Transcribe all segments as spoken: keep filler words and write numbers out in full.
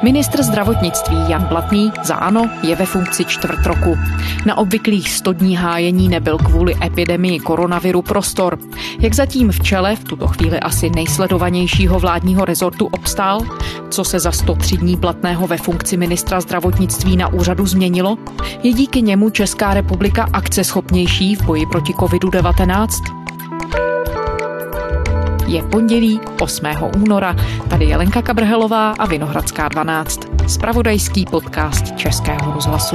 Ministr zdravotnictví Jan Blatný za ANO je ve funkci čtvrt roku. Na obvyklých sto dní hájení nebyl kvůli epidemii koronaviru prostor. Jak zatím v čele v tuto chvíli asi nejsledovanějšího vládního rezortu obstál? Co se za sto tři dní Blatného ve funkci ministra zdravotnictví na úřadu změnilo? Je díky němu Česká republika akceschopnější v boji proti kovidu devatenáct? Je pondělí osmého února. Tady je Lenka Kabrhelová a Vinohradská dvanáct. Zpravodajský podcast Českého rozhlasu.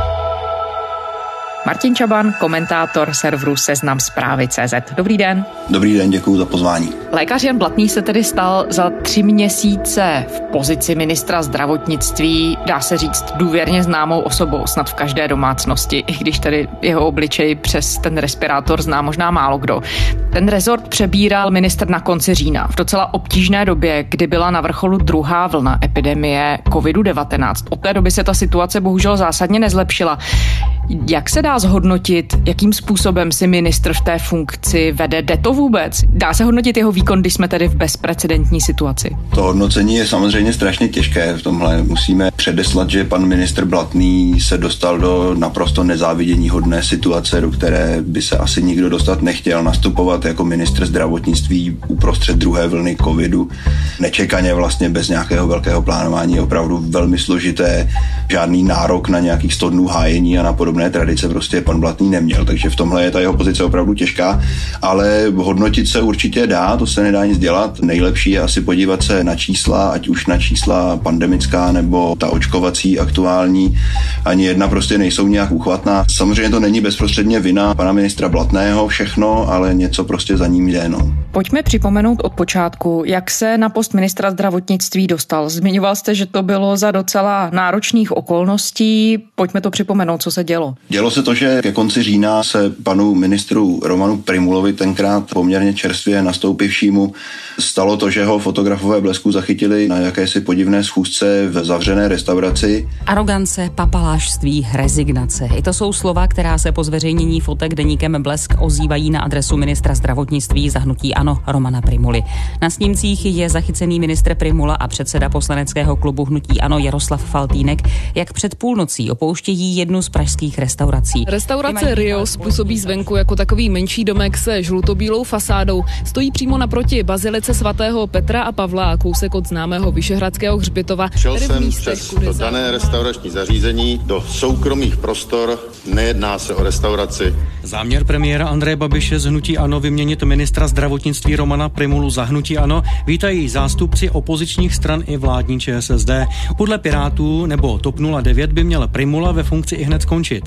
Martin Čaban, komentátor serveru Seznam Zprávy tečka cé zet. Dobrý den. Dobrý den, děkuju za pozvání. Lékař Jan Blatný se tedy stal za tři měsíce v pozici ministra zdravotnictví, dá se říct, důvěrně známou osobou snad v každé domácnosti, i když tedy jeho obličej přes ten respirátor zná možná málo kdo. Ten rezort přebíral ministr na konci října, v docela obtížné době, kdy byla na vrcholu druhá vlna epidemie kovidu devatenáct. Od té doby se ta situace bohužel zásadně nezlepšila. Jak se dá zhodnotit, jakým způsobem si ministr v té funkci vede? Jde to vůbec? Dá se hodnotit jeho výkon, když jsme tedy v bezprecedentní situaci? To hodnocení je samozřejmě strašně těžké. V tomhle musíme předeslat, že pan ministr Blatný se dostal do naprosto nezáviděníhodné situace, do které by se asi nikdo dostat nechtěl. Nastupovat jako ministr zdravotnictví uprostřed druhé vlny covidu. Nečekaně vlastně bez nějakého velkého plánování je opravdu velmi složité. Žádný nárok na nějakých sto dnů hájení a na podobné tradice prostě pan Blatný neměl, takže v tomhle je ta jeho pozice opravdu těžká, ale hodnotit se určitě dá, to se nedá nic dělat. Nejlepší je asi podívat se na čísla, ať už na čísla pandemická nebo ta očkovací aktuální. Ani jedna prostě nejsou nějak uchvatná. Samozřejmě to není bezprostředně vina pana ministra Blatného všechno, ale něco prostě za ním jde. No. Pojďme připomenout od počátku, jak se na post ministra zdravotnictví dostal. Zmiňoval jste, že to bylo za docela náročných okolností. Pojďme to připomenout, co se dělo. Dělo se to, že ke konci října se panu ministru Romanu Prymulovi, tenkrát poměrně čerstvě nastoupivšímu, stalo to, že ho fotografové Blesku zachytili na jakési podivné schůzce v zavřené restauraci. Arogance, papalášství, rezignace. I to jsou slova, která se po zveřejnění fotek deníkem Blesk ozývají na adresu ministra zdravotnictví za hnutí ANO Romana Prymuly. Na snímcích je zachycený ministr Prymula a předseda poslaneckého klubu hnutí ANO Jaroslav Faltýnek, jak před půlnocí opouštějí jednu z pražských restaurací. Restaurace Rios působí zvenku jako takový menší domek se žlutobílou fasádou. Stojí přímo naproti bazilice svatého Petra a Pavla a kousek od známého Vyšehradského hřbitova. Šel jsem přes to dané restaurační zařízení do soukromých prostor, nejedná se o restauraci. Záměr premiéra Andreje Babiše z hnutí ANO vyměnit ministra zdravotnictví Romana Prymulu za hnutí ANO vítají zástupci opozičních stran i vládní ČSSD. Podle Pirátů nebo TOP nula devět by měl Prymula ve funkci ihned skončit.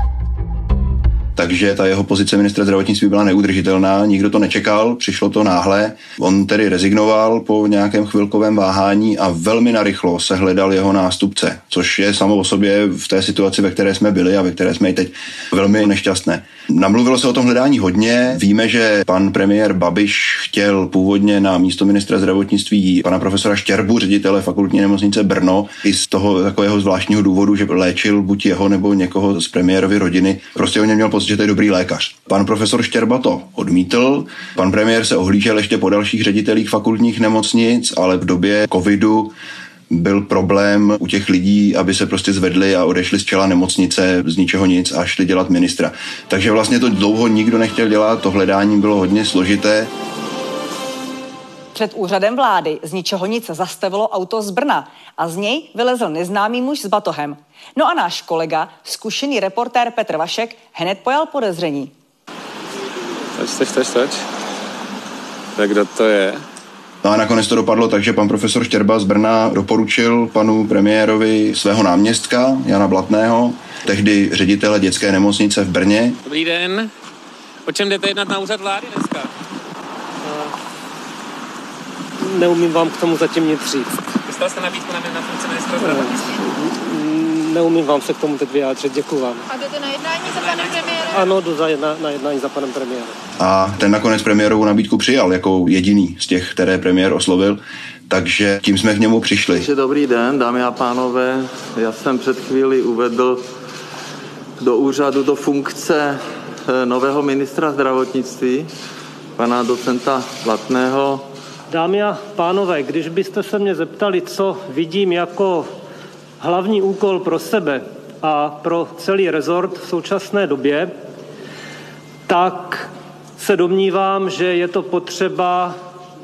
Takže ta jeho pozice ministra zdravotnictví byla neudržitelná, nikdo to nečekal, přišlo to náhle. On tedy rezignoval po nějakém chvilkovém váhání a velmi narychlo se hledal jeho nástupce, což je samo o sobě v té situaci, ve které jsme byli a ve které jsme i teď, velmi nešťastné. Namluvilo se o tom hledání hodně. Víme, že pan premiér Babiš chtěl původně na místo ministra zdravotnictví pana profesora Štěrbu, ředitele fakultní nemocnice Brno, i z toho takového zvláštního důvodu, že léčil buď jeho nebo někoho z premiérovy rodiny. Prostě o něm měl pocit, že to je dobrý lékař. Pan profesor Štěrba to odmítl. Pan premiér se ohlížel ještě po dalších ředitelích fakultních nemocnic, ale v době covidu byl problém u těch lidí, aby se prostě zvedli a odešli z čela nemocnice z ničeho nic a šli dělat ministra. Takže vlastně to dlouho nikdo nechtěl dělat, to hledání bylo hodně složité. Před úřadem vlády z ničeho nic zastavilo auto z Brna a z něj vylezl neznámý muž s batohem. No a náš kolega, zkušený reportér Petr Vašek, hned pojal podezření. Toč, toč, toč, toč. Tak kdo to je? No a nakonec to dopadlo tak, že pan profesor Štěrba z Brna doporučil panu premiérovi svého náměstka Jana Blatného, tehdy ředitele dětské nemocnice v Brně. Dobrý den. O čem jdete jednat na úřad vlády dneska? Neumím vám k tomu zatím nic říct. Dostal jste nabídku na, na funkci ministra zdravotnictví? Neumím vám se k tomu teď vyjádřit, děkuju vám. A jdete na jednání za panem premiérem? Ano, jdu za jedna, na jednání za panem premiérem. A ten nakonec premiérovou nabídku přijal jako jediný z těch, které premiér oslovil, takže tím jsme k němu přišli. Takže dobrý den, dámy a pánové. Já jsem před chvíli uvedl do úřadu, do funkce nového ministra zdravotnictví, pana docenta Blatného, Dámy a pánové, když byste se mě zeptali, co vidím jako hlavní úkol pro sebe a pro celý rezort v současné době, tak se domnívám, že je to potřeba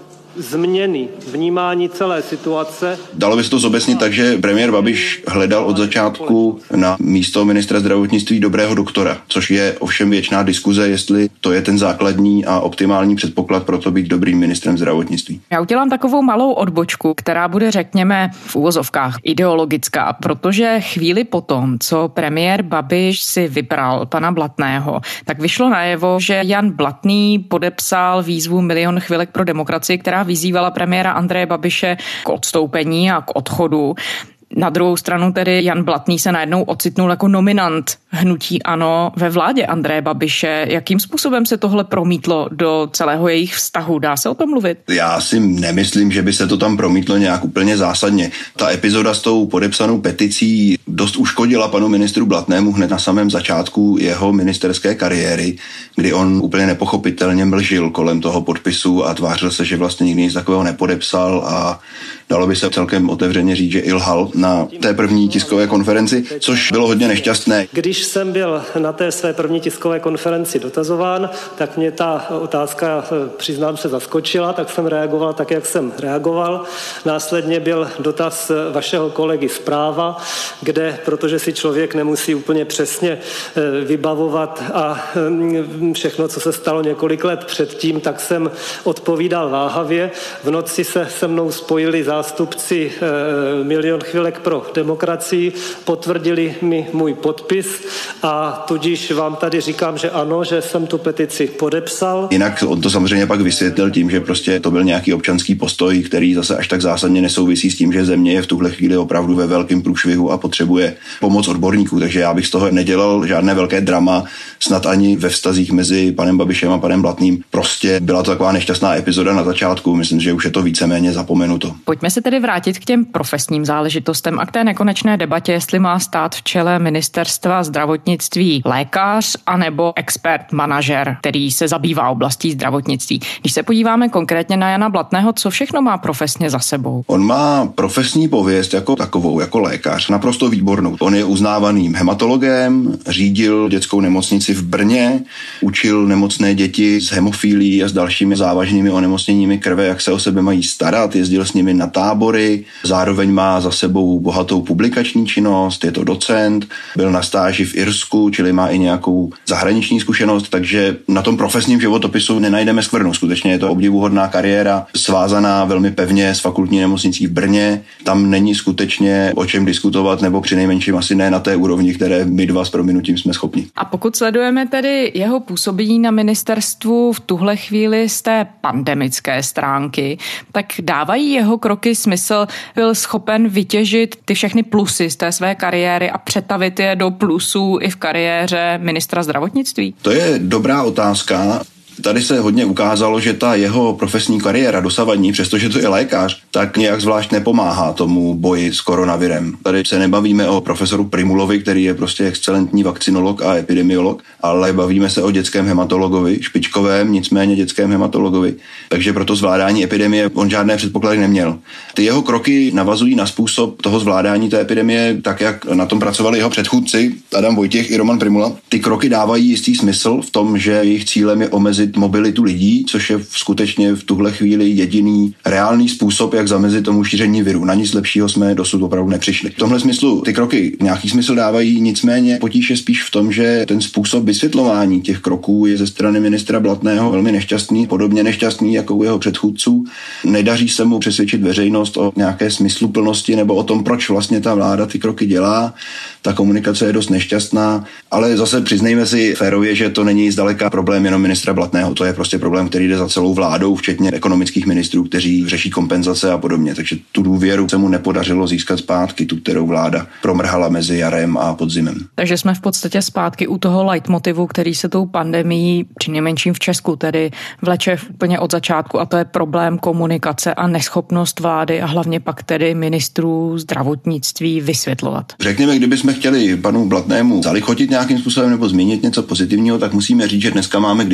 změny vnímání celé situace. Dalo by se to zobecnit tak, že premiér Babiš hledal od začátku na místo ministra zdravotnictví dobrého doktora, což je ovšem věčná diskuze, jestli to je ten základní a optimální předpoklad pro to být dobrým ministrem zdravotnictví. Já udělám takovou malou odbočku, která bude, řekněme, v úvozovkách ideologická, protože chvíli potom, co premiér Babiš si vybral pana Blatného, tak vyšlo najevo, že Jan Blatný podepsal výzvu Milion chvilek pro demokracii, která vyzývala premiéra Andreje Babiše k odstoupení a k odchodu. Na druhou stranu tedy Jan Blatný se najednou ocitnul jako nominant hnutí ANO ve vládě Andreje Babiše. Jakým způsobem se tohle promítlo do celého jejich vztahu? Dá se o tom mluvit? Já si nemyslím, že by se to tam promítlo nějak úplně zásadně. Ta epizoda s tou podepsanou peticí dost uškodila panu ministru Blatnému hned na samém začátku jeho ministerské kariéry, kdy on úplně nepochopitelně mlžil kolem toho podpisu a tvářil se, že vlastně nikdy nic takového nepodepsal a dalo by se celkem otevřeně říct, že i lhal na té první tiskové konferenci, což bylo hodně nešťastné. Když jsem byl na té své první tiskové konferenci dotazován, tak mě ta otázka, přiznám se, zaskočila, tak jsem reagoval tak, jak jsem reagoval. Následně byl dotaz vašeho kolegy Zpráva, kde, protože si člověk nemusí úplně přesně vybavovat a všechno, co se stalo několik let předtím, tak jsem odpovídal váhavě. V noci se se mnou spojili zástupci Milion chvilek pro demokracii, potvrdili mi můj podpis a tudíž vám tady říkám, že ano, že jsem tu petici podepsal. Jinak on to samozřejmě pak vysvětlil tím, že prostě to byl nějaký občanský postoj, který zase až tak zásadně nesouvisí s tím, že země je v tuhle chvíli opravdu ve velkém průšvihu a potřebuje pomoc odborníků, takže já bych z toho nedělal žádné velké drama, snad ani ve vztazích mezi panem Babišem a panem Blatným. Prostě byla to taková nešťastná epizoda na začátku, myslím, že už je to víceméně zapomenuto. Pojďme se tedy vrátit k těm profesním záležitostem a k té nekonečné debatě, jestli má stát v čele ministerstva zdravotnictví lékař anebo expert manažer, který se zabývá oblastí zdravotnictví. Když se podíváme konkrétně na Jana Blatného, co všechno má profesně za sebou? On má profesní pověst jako takovou, jako lékař, naprosto výbornou. On je uznávaným hematologem, řídil dětskou nemocnici v Brně, učil nemocné děti s hemofílií a s dalšími závažnými onemocněními krve, jak se o sebe mají starat, jezdil s nimi na tábory, zároveň má za sebou bohatou publikační činnost, je to docent, byl na stáži v Irsku, čili má i nějakou zahraniční zkušenost, takže na tom profesním životopisu nenajdeme skvrnu. Skutečně je to obdivuhodná kariéra, svázaná velmi pevně s fakultní nemocnicí v Brně. Tam není skutečně o čem diskutovat, nebo přinejmenším asi ne na té úrovni, které my dva s prominutím jsme schopni. A pokud sledujeme tedy jeho působení na ministerstvu v tuhle chvíli z té pandemické stránky, tak dávají jeho kroky smysl? Byl schopen vytěžit ty všechny plusy z té své kariéry a přetavit je do plusů i v kariéře ministra zdravotnictví? To je dobrá otázka. Tady se hodně ukázalo, že ta jeho profesní kariéra dosavadní, přestože to je lékař, tak nějak zvlášť nepomáhá tomu boji s koronavirem. Tady se nebavíme o profesoru Primulovi, který je prostě excelentní vakcinolog a epidemiolog, ale bavíme se o dětském hematologovi, špičkovém, nicméně dětském hematologovi. Takže pro to zvládání epidemie on žádné předpoklady neměl. Ty jeho kroky navazují na způsob toho zvládání té epidemie, tak jak na tom pracovali jeho předchůdci Adam Vojtěch i Roman Primula. Ty kroky dávají jistý smysl v tom, že jejich cílem je omezit mobilitu lidí, což je skutečně v tuhle chvíli jediný reálný způsob, jak zamezit tomu šíření viru. Na nic lepšího jsme dosud opravdu nepřišli. V tomhle smyslu ty kroky nějaký smysl dávají, nicméně potíž je spíš v tom, že ten způsob vysvětlování těch kroků je ze strany ministra Blatného velmi nešťastný, podobně nešťastný jako u jeho předchůdců. Nedaří se mu přesvědčit veřejnost o nějaké smysluplnosti nebo o tom, proč vlastně ta vláda ty kroky dělá. Ta komunikace je dost nešťastná, ale zase přiznejme si férově, že to není zdaleka problém jenom ministra Blatného. To je prostě problém, který jde za celou vládou, včetně ekonomických ministrů, kteří řeší kompenzace a podobně. Takže tu důvěru se mu nepodařilo získat zpátky, tu, kterou vláda promrhala mezi jarem a podzimem. Takže jsme v podstatě zpátky u toho leitmotivu, který se tou pandemií, přinejmenším v Česku, tedy vleče úplně od začátku, a to je problém komunikace a neschopnost vlády a hlavně pak tedy ministrů zdravotnictví vysvětlovat. Řekněme, kdybychom chtěli panu Blatnému zalichotit nějakým způsobem nebo zmínit něco pozitivního, tak musíme říct, že dneska máme k dispozici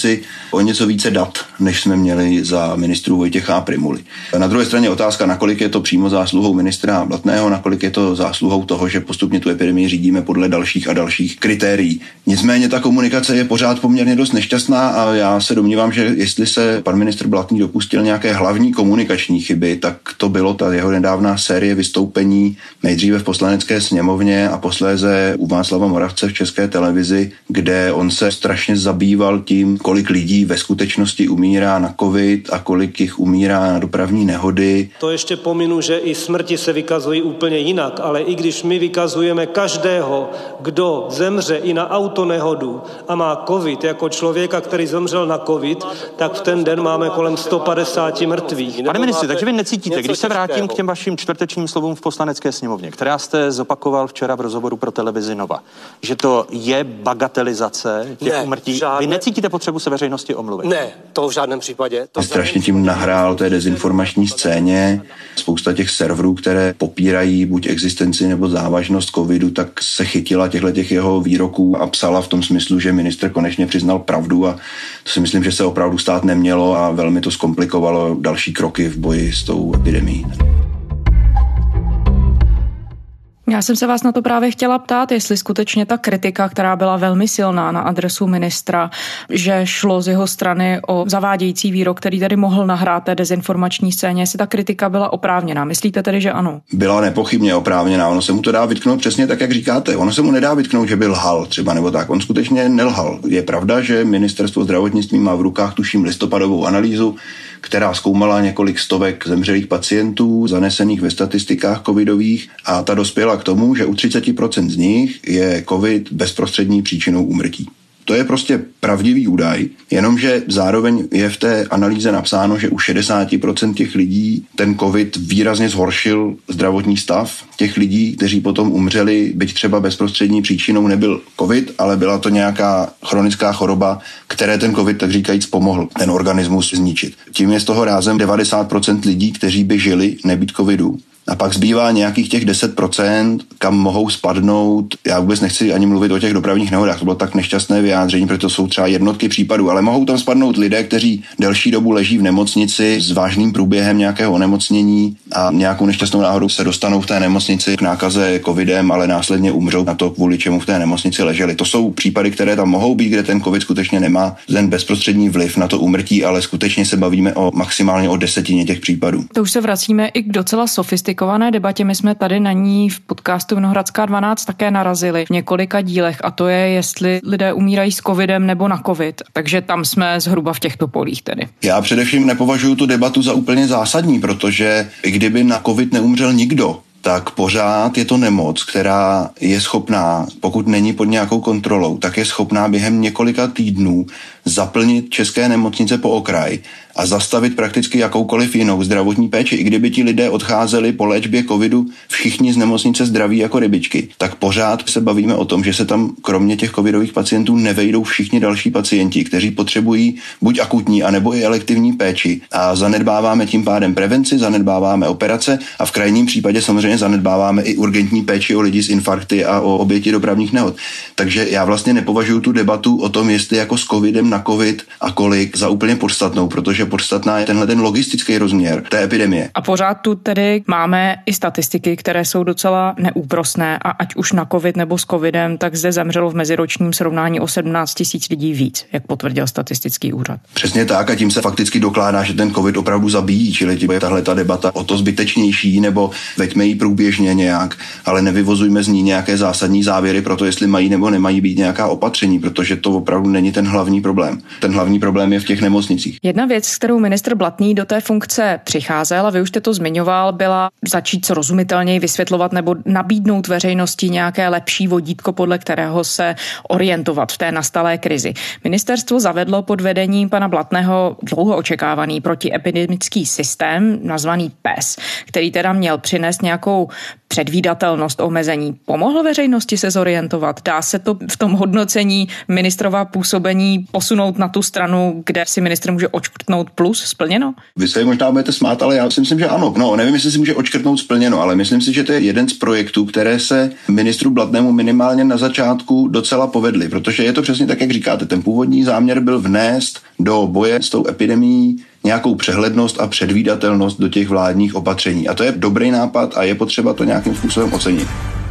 dispozici o něco více dat, než jsme měli za ministrů Vojtěcha a Prymuly. Na druhé straně otázka, nakolik je to přímo zásluhou ministra Blatného, nakolik je to zásluhou toho, že postupně tu epidemii řídíme podle dalších a dalších kritérií. Nicméně ta komunikace je pořád poměrně dost nešťastná a já se domnívám, že jestli se pan ministr Blatný dopustil nějaké hlavní komunikační chyby, tak to bylo ta jeho nedávná série vystoupení nejdříve v Poslanecké sněmovně a posléze u Václava Moravce v České televizi, kde on se strašně zabýval tím, kolik lidí ve skutečnosti umírá na covid a kolik jich umírá na dopravní nehody. To ještě pominu, že i smrti se vykazují úplně jinak, ale i když my vykazujeme každého, kdo zemře i na autonehodu a má covid jako člověka, který zemřel na covid, tak v ten den máme kolem sto padesát mrtvých. Pane ministře, takže vy necítíte, když se vrátím k těm vašim čtvrtečním slovům v Poslanecké sněmovně, která jste zopakoval včera v rozhovoru pro televizi Nova, že to je bagatelizace těch ne, úmrtí. žádné... Vy necítíte potřebu se veřejnosti omluvit? Ne, to v žádném případě. To strašně tím nahrál té dezinformační scéně. Spousta těch serverů, které popírají buď existenci nebo závažnost covidu, tak se chytila těchto těch jeho výroků a psala v tom smyslu, že ministr konečně přiznal pravdu a to si myslím, že se opravdu stát nemělo a velmi to zkomplikovalo další kroky v boji s tou epidemií. Já jsem se vás na to právě chtěla ptát, jestli skutečně ta kritika, která byla velmi silná na adresu ministra, že šlo z jeho strany o zavádějící výrok, který tady mohl nahrát té dezinformační scéně, jestli ta kritika byla oprávněná. Myslíte tedy, že ano? Byla nepochybně oprávněná. Ono se mu to dá vytknout přesně tak, jak říkáte. Ono se mu nedá vytknout, že by lhal třeba nebo tak. On skutečně nelhal. Je pravda, že ministerstvo zdravotnictví má v rukách, tuším, listopadovou analýzu, která zkoumala několik stovek zemřelých pacientů, zanesených ve statistikách covidových a ta dospěla k tomu, že u třicet procent z nich je covid bezprostřední příčinou úmrtí. To je prostě pravdivý údaj, jenomže zároveň je v té analýze napsáno, že u šedesát procent těch lidí ten covid výrazně zhoršil zdravotní stav. Těch lidí, kteří potom umřeli, byť třeba bezprostřední příčinou nebyl covid, ale byla to nějaká chronická choroba, které ten covid, tak říkajíc, pomohl ten organismus zničit. Tím je z toho rázem devadesát procent lidí, kteří by žili nebýt covidu. A pak zbývá nějakých těch deset procent, kam mohou spadnout. Já vůbec nechci ani mluvit o těch dopravních nehodách, to bylo tak nešťastné vyjádření, protože to jsou třeba jednotky případů, ale mohou tam spadnout lidé, kteří delší dobu leží v nemocnici s vážným průběhem nějakého onemocnění a nějakou nešťastnou náhodou se dostanou v té nemocnici k nákaze covidem, ale následně umřou na to, kvůli čemu v té nemocnici leželi. To jsou případy, které tam mohou být, kde ten covid skutečně nemá ten bezprostřední vliv na to úmrtí, ale skutečně se bavíme o maximálně o desetině těch případů. To už se vracíme i k docela sofistikované debatě. My jsme tady na ní v podcastu Vinohradská dvanáct také narazili v několika dílech a to je, jestli lidé umírají s covidem nebo na covid. Takže tam jsme zhruba v těchto polích tedy. Já především nepovažuji tu debatu za úplně zásadní, protože i kdyby na covid neumřel nikdo, tak pořád je to nemoc, která je schopná, pokud není pod nějakou kontrolou, tak je schopná během několika týdnů zaplnit české nemocnice po okraj a zastavit prakticky jakoukoliv jinou zdravotní péči. I kdyby ti lidé odcházeli po léčbě covidu všichni z nemocnice zdraví jako rybičky, tak pořád se bavíme o tom, že se tam kromě těch covidových pacientů nevejdou všichni další pacienti, kteří potřebují buď akutní, anebo i elektivní péči. A zanedbáváme tím pádem prevenci, zanedbáváme operace a v krajním případě samozřejmě zanedbáváme i urgentní péči o lidi s infarkty a o oběti dopravních nehod. Takže já vlastně nepovažuji tu debatu o tom, jestli jako s covidem na covid a kolik, za úplně podstatnou, protože podstatná je tenhle ten logistický rozměr té epidemie. A pořád tu tedy máme i statistiky, které jsou docela neúprosné a ať už na covid nebo s covidem, tak zde zemřelo v meziročním srovnání o sedmnáct tisíc lidí víc, jak potvrdil statistický úřad. Přesně tak a tím se fakticky dokládá, že ten covid opravdu zabíjí, čili je tahle ta debata o to zbytečnější, nebo veďme ji průběžně nějak, ale nevyvozujme z ní nějaké zásadní závěry pro to, jestli mají nebo nemají být nějaká opatření, protože to opravdu není ten hlavní problém. Ten hlavní problém je v těch nemocnicích. Jedna věc, s kterou ministr Blatný do té funkce přicházel, a vy už jste to zmiňoval, byla začít srozumitelněji vysvětlovat nebo nabídnout veřejnosti nějaké lepší vodítko, podle kterého se orientovat v té nastalé krizi. Ministerstvo zavedlo pod vedením pana Blatného dlouho očekávaný protiepidemický systém, nazvaný P E S, který teda měl přinést nějakou předvídatelnost omezení. Pomohlo veřejnosti se zorientovat? Dá se to v tom hodnocení ministrova působení posunout na tu stranu, kde si ministr může odškrtnout plus splněno? Vy se možná budete smát, ale já si myslím, že ano. No, nevím, jestli si může odškrtnout splněno, ale myslím si, že to je jeden z projektů, které se ministru Blatnému minimálně na začátku docela povedly, protože je to přesně tak, jak říkáte. Ten původní záměr byl vnést do boje s tou epidemií nějakou přehlednost a předvídatelnost do těch vládních opatření. A to je dobrý nápad a je potřeba to nějakým způsobem ocenit.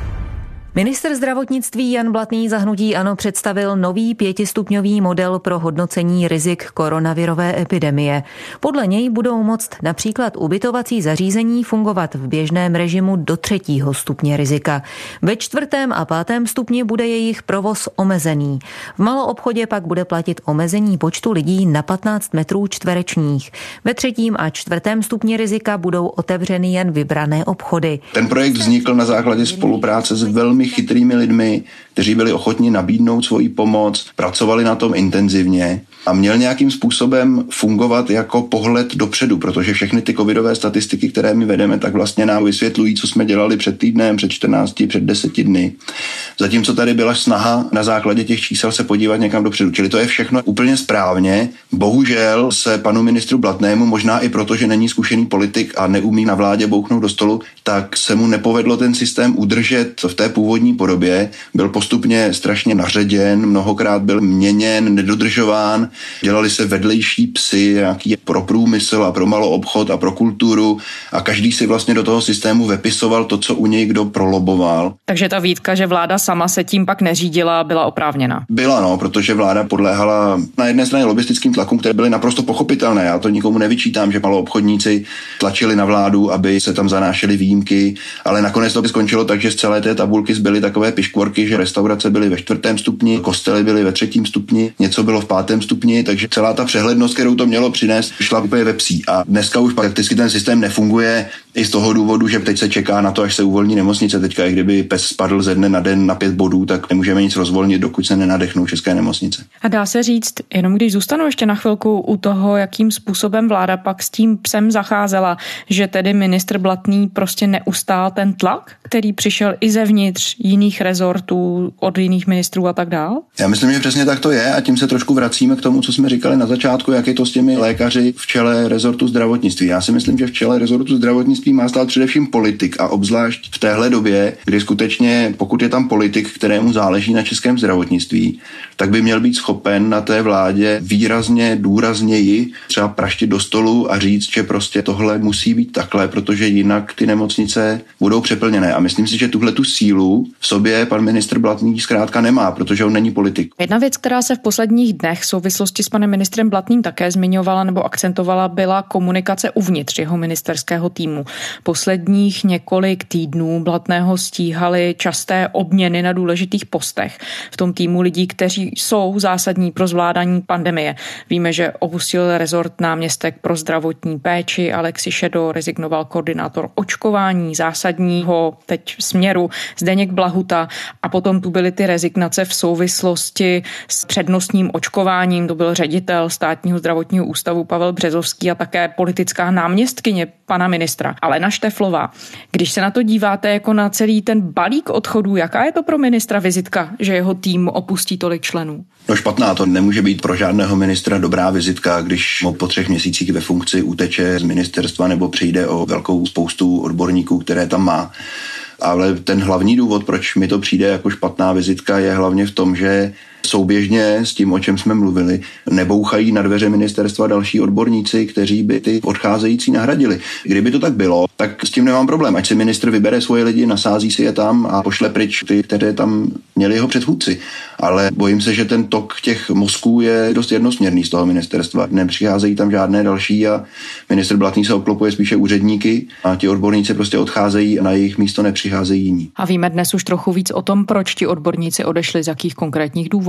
Ministr zdravotnictví Jan Blatný za hnutí ANO představil nový pětistupňový model pro hodnocení rizik koronavirové epidemie. Podle něj budou moct například ubytovací zařízení fungovat v běžném režimu do třetího stupně rizika. Ve čtvrtém a pátém stupni bude jejich provoz omezený. V maloobchodě pak bude platit omezení počtu lidí na patnáct metrů čtverečních. Ve třetím a čtvrtém stupni rizika budou otevřeny jen vybrané obchody. Ten projekt vznikl na základě spolupráce s velmi chytrými lidmi, kteří byli ochotni nabídnout svoji pomoc, pracovali na tom intenzivně a měl nějakým způsobem fungovat jako pohled dopředu, protože všechny ty covidové statistiky, které my vedeme, tak vlastně nám vysvětlují, co jsme dělali před týdnem, před čtrnácti, před deseti dny. Zatímco tady byla snaha na základě těch čísel se podívat někam dopředu. Čili to je všechno úplně správně. Bohužel se panu ministru Blatnému, možná i proto, že není zkušený politik a neumí na vládě bouchnout do stolu, tak se mu nepovedlo ten systém udržet v té původní podobě. Byl postupně strašně naředěn, mnohokrát byl měněn, nedodržován. Dělali se vedlejší psy, nějaký pro průmysl a pro maloobchod a pro kulturu a každý si vlastně do toho systému vepisoval to, co u něj kdo proloboval. Takže ta výtka, že vláda sama se tím pak neřídila, byla oprávněná. Byla, no, protože vláda podléhala na jedné straně lobistickým tlakům, které byly naprosto pochopitelné. Já to nikomu nevyčítám, že maloobchodníci tlačili na vládu, aby se tam zanášely výjimky, ale nakonec to skončilo tak, že z celé té tabulky zbyly takové piškvorky, že restaurace byly ve čtvrtém stupni, kostely byly ve třetím stupni, něco bylo v pátém stupni, takže celá ta přehlednost, kterou to mělo přinést, šla úplně ve psí. A dneska už prakticky ten systém nefunguje i z toho důvodu, že teď se čeká na to, až se uvolní nemocnice. Teďka, i kdyby pes spadl ze dne na den na pět bodů, tak nemůžeme nic rozvolnit, dokud se nenadechnou české nemocnice. A dá se říct, jenom když zůstanu ještě na chvilku u toho, jakým způsobem vláda pak s tím psem zacházela, že tedy ministr Blatný prostě neustál ten tlak, který přišel i zevnitř jiných rezortů, od jiných ministrů a tak dál? Já myslím, že přesně tak to je a tím se trošku vracíme k tomu, co jsme říkali na začátku, jak je to s těmi lékaři v čele rezortu zdravotnictví. Já si myslím, že v čele rezortu zdravotnictví má stát především politik a obzvlášť v téhle době, kdy skutečně, pokud je tam politik, kterému záleží na českém zdravotnictví, tak by měl být schopen na té vládě výrazně, důrazněji třeba praštit do stolu a říct, že prostě tohle musí být takhle, protože jinak ty nemocnice budou přeplněné. A myslím si, že tuhle tu sílu v sobě pan ministr Blatný zkrátka nemá, protože on není politik. Jedna věc, která se v posledních dnech v souvislosti s panem ministrem Blatným také zmiňovala nebo akcentovala, byla komunikace uvnitř jeho ministerského týmu. Posledních několik týdnů Blatného stíhaly časté obměny na důležitých postech v tom týmu lidí, kteří jsou zásadní pro zvládání pandemie. Víme, že opustil rezort náměstek pro zdravotní péči Alexi Šedo, rezignoval koordinátor očkování zásadního teď směru Zdeněk Blahuta a potom tu byly ty rezignace v souvislosti s přednostním očkováním. To byl ředitel Státního zdravotního ústavu Pavel Březovský a také politická náměstkyně pana ministra Alena Šteflová. Když se na to díváte jako na celý ten balík odchodů, jaká je to pro ministra vizitka, že jeho tým opustí tolik členů? No špatná, to nemůže být pro žádného ministra dobrá vizitka, když mu po třech měsících ve funkci uteče z ministerstva nebo přijde o velkou spoustu odborníků, které tam má. Ale ten hlavní důvod, proč mi to přijde jako špatná vizitka, je hlavně v tom, že souběžně s tím, o čem jsme mluvili, nebouchají na dveře ministerstva další odborníci, kteří by ty odcházející nahradili. Kdyby to tak bylo, tak s tím nemám problém. Ať si ministr vybere svoje lidi, nasází si je tam a pošle pryč ty, které tam měli jeho předchůdci. Ale bojím se, že ten tok těch mozků je dost jednosměrný z toho ministerstva. Nepřicházejí tam žádné další a ministr Blatný se obklopuje spíše úředníky a ti odborníci prostě odcházejí a na jejich místo nepřicházejí jiní. A víme dnes už trochu víc o tom, proč ti odborníci odešli, z jakých konkrétních důvodů.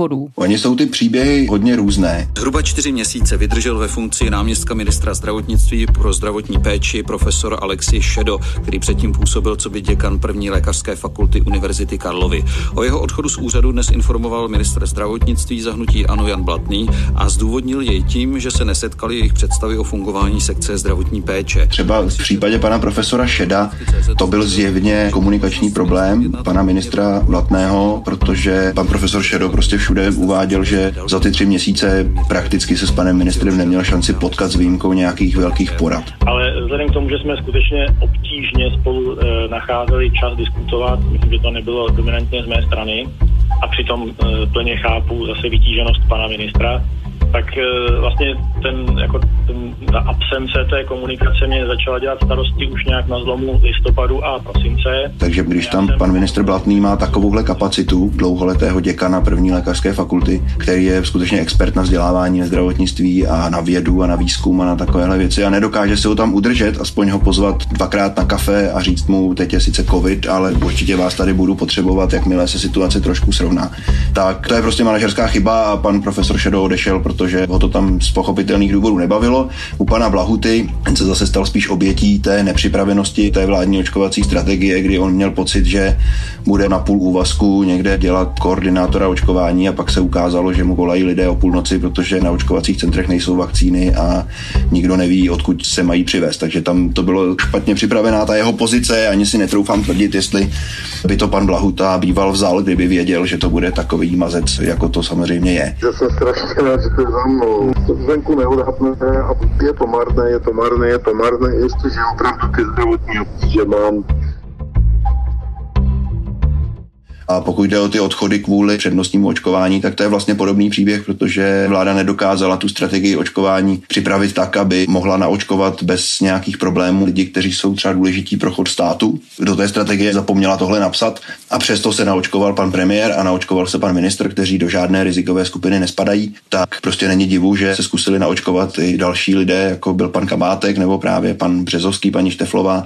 důvodů. Oni jsou ty příběhy hodně různé. Zhruba čtyři měsíce vydržel ve funkci náměstka ministra zdravotnictví pro zdravotní péči profesor Alexis Šedo, který předtím působil coby děkan první lékařské fakulty Univerzity Karlovy. O jeho odchodu z úřadu dnes informoval ministr zdravotnictví za hnutí ANO Jan Blatný a zdůvodnil jej tím, že se nesetkali jejich představy o fungování sekce zdravotní péče. Třeba v případě pana profesora Šeda to byl zjevně komunikační problém pana ministra Blatného, protože pan profesor Šedo prostě všude uváděl, že za ty tři měsíce prakticky se s panem ministrem neměl šanci potkat s výjimkou nějakých velkých porad. Ale vzhledem k tomu, že jsme skutečně obtížně spolu e, nacházeli čas diskutovat, myslím, že to nebylo dominantně z mé strany a přitom e, plně chápu zase vytíženost pana ministra, tak e, vlastně ten, jako ten, ta absence té komunikace mě začala dělat starosti už nějak na zlomu listopadu a prosince. Takže když tam pan ministr Blatný má takovouhle kapacitu dlouholetého děkana první lékařské fakulty, který je skutečně expert na vzdělávání, na zdravotnictví a na vědu a na výzkum a na takovéhle věci a nedokáže se ho tam udržet, aspoň ho pozvat dvakrát na kafe a říct mu, teď je sice covid, ale určitě vás tady budu potřebovat, jakmile se situace trošku srovná. Tak to je prostě manažerská chyba a pan profesor Šedo odešel, protože ho to tam z pochopitelných důvodů nebavilo. U pana Blahuty se zase stal spíš obětí té nepřipravenosti té vládní očkovací strategie, kdy on měl pocit, že bude na půl úvazku někde dělat koordinátora očkování a pak se ukázalo, že mu volají lidé o půlnoci, protože na očkovacích centrech nejsou vakcíny a nikdo neví, odkud se mají přivést. Takže tam to bylo špatně připravená ta jeho pozice, ani si netroufám tvrdit, jestli by to pan Blahuta býval vzal, kdyby věděl, že to bude takový mazec, jako to samozřejmě je. Já jsem strašně rád, že to je za mnou. Zvenku neodhadnete a je to marné, je to marné, je to marné, jestliže opravdu ty zdravotní obtíže mám. A pokud jde o ty odchody kvůli přednostnímu očkování, tak to je vlastně podobný příběh, protože vláda nedokázala tu strategii očkování připravit tak, aby mohla naočkovat bez nějakých problémů lidi, kteří jsou třeba důležití pro chod státu. Do té strategie zapomněla tohle napsat a přesto se naočkoval pan premiér a naočkoval se pan ministr, kteří do žádné rizikové skupiny nespadají. Tak prostě není divu, že se zkusili naočkovat i další lidé, jako byl pan Kabátek nebo právě pan Březovský, paní Šteflová.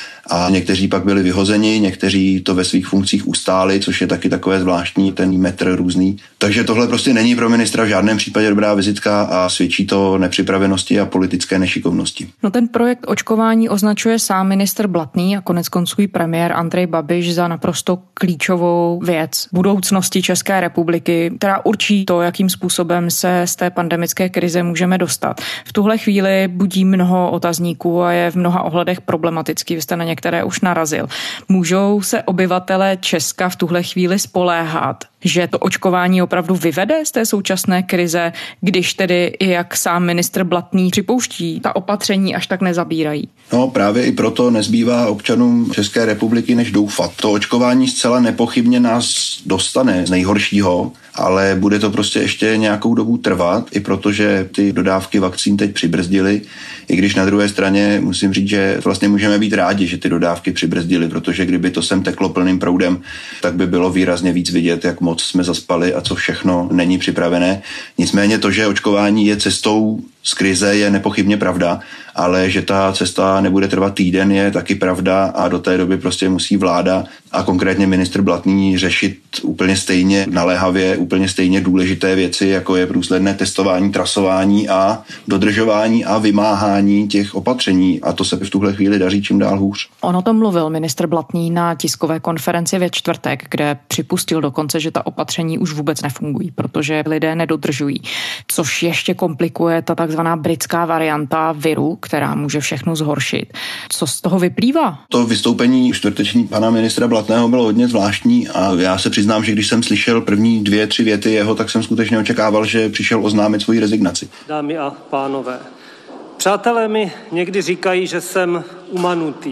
A někteří pak byli vyhozeni, někteří to ve svých funkcích ustáli, což je taky takové zvláštní, ten metr různý. Takže tohle prostě není pro ministra v žádném případě dobrá vizitka a svědčí to o nepřipravenosti a politické nešikovnosti. No ten projekt očkování označuje sám ministr Blatný a konec konců i premiér Andrej Babiš za naprosto klíčovou věc budoucnosti České republiky, která určí to, jakým způsobem se z té pandemické krize můžeme dostat. V tuhle chvíli budí mnoho otazníků a je v mnoha ohledech problematický. Vy jste na které už narazil. Můžou se obyvatelé Česka v tuhle chvíli spoléhat, že to očkování opravdu vyvede z té současné krize, když tedy, jak sám ministr Blatný připouští, ta opatření až tak nezabírají? No právě i proto nezbývá občanům České republiky než doufat. To očkování zcela nepochybně nás dostane z nejhoršího, ale bude to prostě ještě nějakou dobu trvat, i protože ty dodávky vakcín teď přibrzdily, i když na druhé straně musím říct, že vlastně můžeme být rádi, že ty dodávky přibrzdily, protože kdyby to sem teklo plným proudem, tak by bylo výrazně víc vidět, jak moc jsme zaspali a co všechno není připravené. Nicméně to, že očkování je cestou z krize, je nepochybně pravda, ale že ta cesta nebude trvat týden, je taky pravda a do té doby prostě musí vláda a konkrétně ministr Blatný řešit úplně stejně naléhavě, úplně stejně důležité věci, jako je průsledné testování, trasování a dodržování a vymáhání těch opatření. A to se v tuhle chvíli daří čím dál hůř. On o tom mluvil ministr Blatný na tiskové konferenci ve čtvrtek, kde připustil dokonce, že ta opatření už vůbec nefungují, protože lidé nedodržují. Což ještě komplikuje ta takzvaná britská varianta viru, která může všechno zhoršit. Co z toho vyplývá? To vystoupení čtvrteční pana ministra Blatného bylo hodně zvláštní a já se přiznám, že když jsem slyšel první dvě, tři věty jeho, tak jsem skutečně očekával, že přišel oznámit svoji rezignaci. Dámy a pánové, přátelé mi někdy říkají, že jsem umanutý.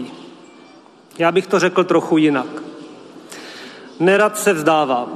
Já bych to řekl trochu jinak. Nerad se vzdávám.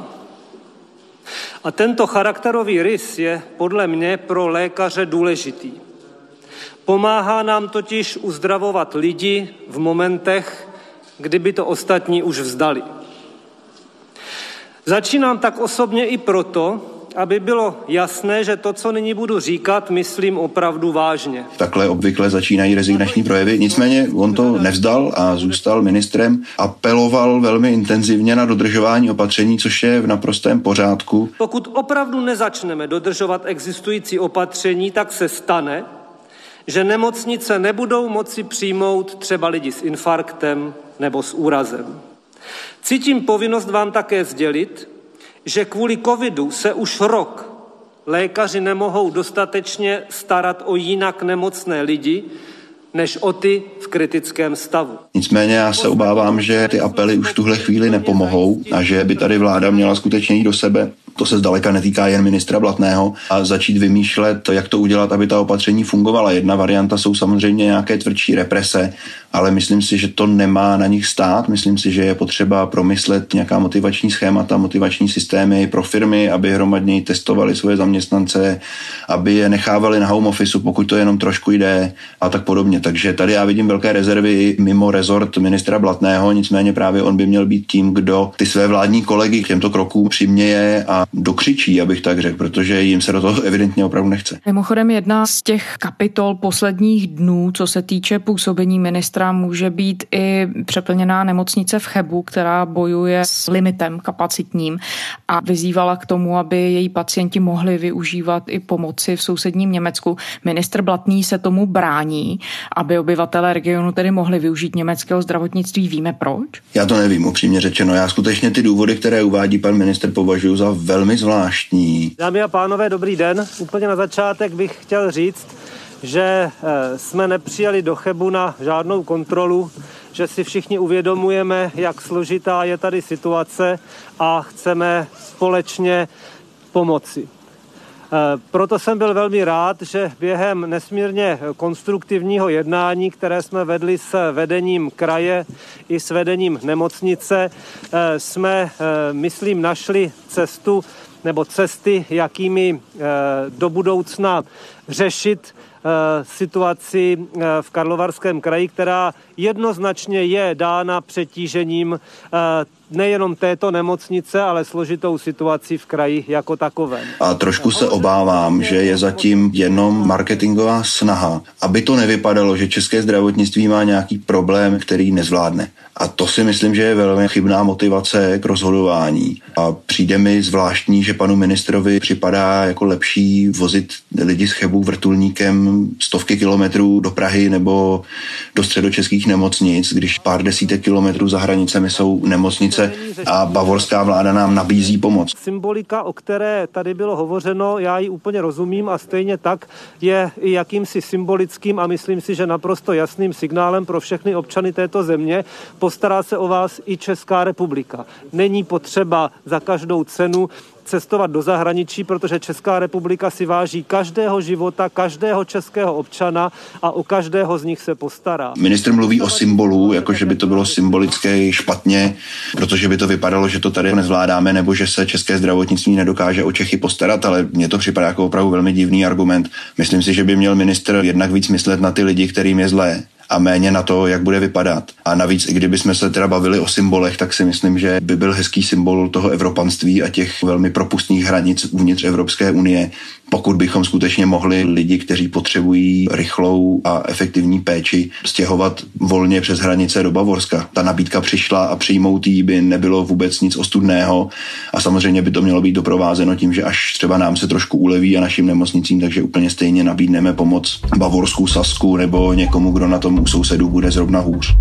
A tento charakterový rys je podle mě pro lékaře důležitý. Pomáhá nám totiž uzdravovat lidi v momentech, kdyby to ostatní už vzdali. Začínám tak osobně i proto, aby bylo jasné, že to, co nyní budu říkat, myslím opravdu vážně. Takhle obvykle začínají rezignační projevy, nicméně on to nevzdal a zůstal ministrem. Apeloval velmi intenzivně na dodržování opatření, což je v naprostém pořádku. Pokud opravdu nezačneme dodržovat existující opatření, tak se stane, že nemocnice nebudou moci přijmout třeba lidi s infarktem nebo s úrazem. Cítím povinnost vám také sdělit, že kvůli covidu se už rok lékaři nemohou dostatečně starat o jinak nemocné lidi, než o ty v kritickém stavu. Nicméně já se obávám, že ty apely už v tuhle chvíli nepomohou a že by tady vláda měla skutečně jít do sebe. To se zdaleka netýká jen ministra Blatného a začít vymýšlet, jak to udělat, aby ta opatření fungovala. Jedna varianta jsou samozřejmě nějaké tvrdší represe, ale myslím si, že to nemá na nich stát. Myslím si, že je potřeba promyslet nějaká motivační schémata, motivační systémy pro firmy, aby hromadněji testovali svoje zaměstnance, aby je nechávali na home office, pokud to jenom trošku jde a tak podobně. Takže tady já vidím velké rezervy mimo rezort ministra Blatného, nicméně právě on by měl být tím, kdo ty své vládní kolegy k těmto krokům přiměje a dokřičí, abych tak řekl, protože jim se do toho evidentně opravdu nechce. Mimochodem jedna z těch kapitol posledních dnů, co se týče působení ministra, může být i přeplněná nemocnice v Chebu, která bojuje s limitem kapacitním a vyzývala k tomu, aby její pacienti mohli využívat i pomoci v sousedním Německu. Ministr Blatný se tomu brání, aby obyvatelé regionu tedy mohli využít německého zdravotnictví. Víme proč? Já to nevím, upřímně řečeno. Já skutečně ty důvody, které uvádí pan ministr, považuji za velmi zvláštní. Dámy a pánové, dobrý den. Úplně na začátek bych chtěl říct, že jsme nepřijeli do Chebu na žádnou kontrolu, že si všichni uvědomujeme, jak složitá je tady situace a chceme společně pomoci. Proto jsem byl velmi rád, že během nesmírně konstruktivního jednání, které jsme vedli s vedením kraje i s vedením nemocnice, jsme, myslím, našli cestu nebo cesty, jakými do budoucna řešit situaci v Karlovarském kraji, která jednoznačně je dána přetížením nejenom této nemocnice, ale složitou situací v kraji jako takovém. A trošku se obávám, že je zatím jenom marketingová snaha, aby to nevypadalo, že české zdravotnictví má nějaký problém, který nezvládne. A to si myslím, že je velmi chybná motivace k rozhodování. A přijde mi zvláštní, že panu ministrovi připadá jako lepší vozit lidi z Chebu vrtulníkem stovky kilometrů do Prahy nebo do středočeských nemocnic, když pár desítek kilometrů za hranicemi jsou nemocnice a bavorská vláda nám nabízí pomoc. Symbolika, o které tady bylo hovořeno, já ji úplně rozumím a stejně tak je i jakýmsi symbolickým a myslím si, že naprosto jasným signálem pro všechny občany této země. Postará se o vás i Česká republika. Není potřeba za každou cenu cestovat do zahraničí, protože Česká republika si váží každého života, každého českého občana a o každého z nich se postará. Ministr mluví o symbolu, jakože by to bylo symbolické špatně, protože by to vypadalo, že to tady nezvládáme, nebo že se české zdravotnictví nedokáže o Čechy postarat, ale mně to připadá jako opravdu velmi divný argument. Myslím si, že by měl ministr jednak víc myslet na ty lidi, kterým je zlé, a méně na to, jak bude vypadat. A navíc, i kdybychom se teda bavili o symbolech, tak si myslím, že by byl hezký symbol toho evropanství a těch velmi propustných hranic uvnitř Evropské unie, pokud bychom skutečně mohli lidi, kteří potřebují rychlou a efektivní péči, stěhovat volně přes hranice do Bavorska. Ta nabídka přišla a přijmout jí by nebylo vůbec nic ostudného a samozřejmě by to mělo být doprovázeno tím, že až třeba nám se trošku uleví a našim nemocnicím, takže úplně stejně nabídneme pomoc Bavorsku, Sasku nebo někomu, kdo na tom u sousedů bude zrovna hůř.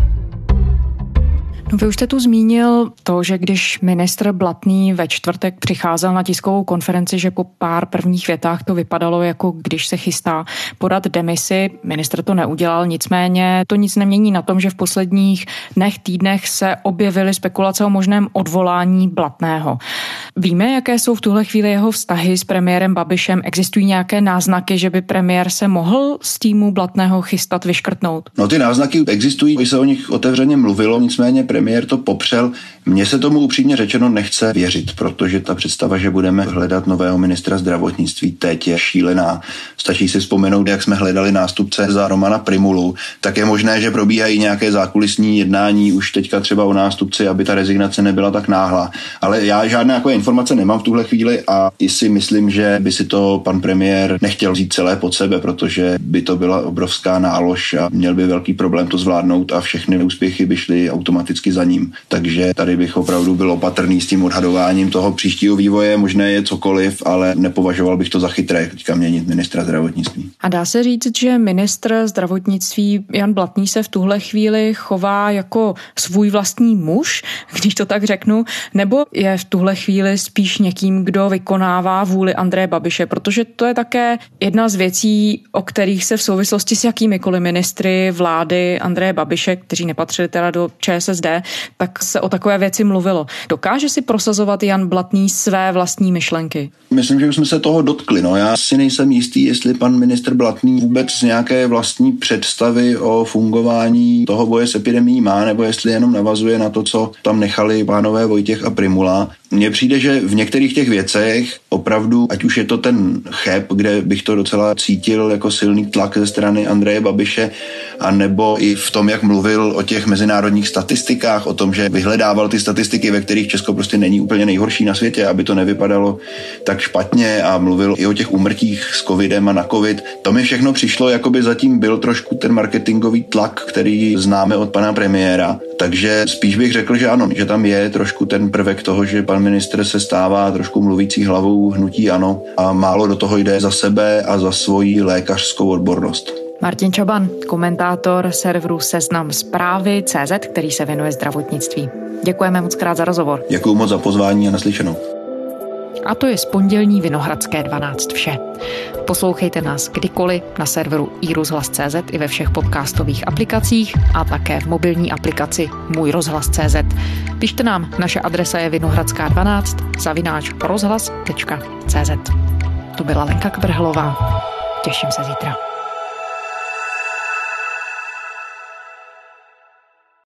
No, vy už jste tu zmínil to, že když ministr Blatný ve čtvrtek přicházel na tiskovou konferenci, že po pár prvních větách to vypadalo, jako když se chystá podat demisi. Ministr to neudělal, nicméně to nic nemění na tom, že v posledních dnech, týdnech se objevily spekulace o možném odvolání Blatného. Víme, jaké jsou v tuhle chvíli jeho vztahy s premiérem Babišem? Existují nějaké náznaky, že by premiér se mohl z týmu Blatného chystat vyškrtnout? No, ty náznaky existují, by se o nich otevřeně mluvilo, nicméně premiér to popřel. Mně se tomu upřímně řečeno nechce věřit, protože ta představa, že budeme hledat nového ministra zdravotnictví teď je šílená. Stačí si vzpomenout, jak jsme hledali nástupce za Romana Primulu, tak je možné, že probíhají nějaké zákulisní jednání už teďka třeba o nástupci, aby ta rezignace nebyla tak náhlá. Ale já žádné takové informace informace nemám v tuhle chvíli a i si myslím, že by si to pan premiér nechtěl vzít celé pod sebe, protože by to byla obrovská nálož a měl by velký problém to zvládnout a všechny úspěchy by šly automaticky za ním. Takže tady bych opravdu byl opatrný s tím odhadováním toho příštího vývoje, možné je cokoliv, ale nepovažoval bych to za chytré teďka měnit ministra zdravotnictví. A dá se říct, že ministr zdravotnictví Jan Blatný se v tuhle chvíli chová jako svůj vlastní muž, když to tak řeknu, nebo je v tuhle chvíli spíš někým, kdo vykonává vůli Andreje Babiše, protože to je také jedna z věcí, o kterých se v souvislosti s jakýmikoliv ministry vlády Andreje Babiše, kteří nepatřili teda do ČSSD, tak se o takové věci mluvilo. Dokáže si prosazovat Jan Blatný své vlastní myšlenky? Myslím, že už jsme se toho dotkli. No. Já si nejsem jistý, jestli pan ministr Blatný vůbec z nějaké vlastní představy o fungování toho boje s epidemií má, nebo jestli jenom navazuje na to, co tam nechali pánové Vojtěch a Prymula. Mně přijde, že v některých těch věcech opravdu, ať už je to ten cheb, kde bych to docela cítil jako silný tlak ze strany Andreje Babiše, a nebo i v tom, jak mluvil o těch mezinárodních statistikách, o tom, že vyhledával ty statistiky, ve kterých Česko prostě není úplně nejhorší na světě, aby to nevypadalo tak špatně, a mluvil i o těch úmrtích s covidem a na covid. To mi všechno přišlo, jako by zatím byl trošku ten marketingový tlak, který známe od pana premiéra. Takže spíš bych řekl, že ano, že tam je trošku ten prvek toho, že pan ministr se stává trošku mluvící hlavou hnutí ANO a málo do toho jde za sebe a za svoji lékařskou odbornost. Martin Čaban, komentátor serveru Seznam Zprávy tečka cé zet, který se věnuje zdravotnictví. Děkujeme moc krát za rozhovor. Děkuju moc za pozvání a naslyšenou. A to je z pondělní Vinohradské dvanáct vše. Poslouchejte nás kdykoliv na serveru i rozhlas tečka cé zet i ve všech podcastových aplikacích a také v mobilní aplikaci Můj rozhlas tečka cé zet. Pište nám, naše adresa je vinohradská dvanáct zavináč rozhlas tečka cé zet. To byla Lenka Kvrhlová. Těším se zítra.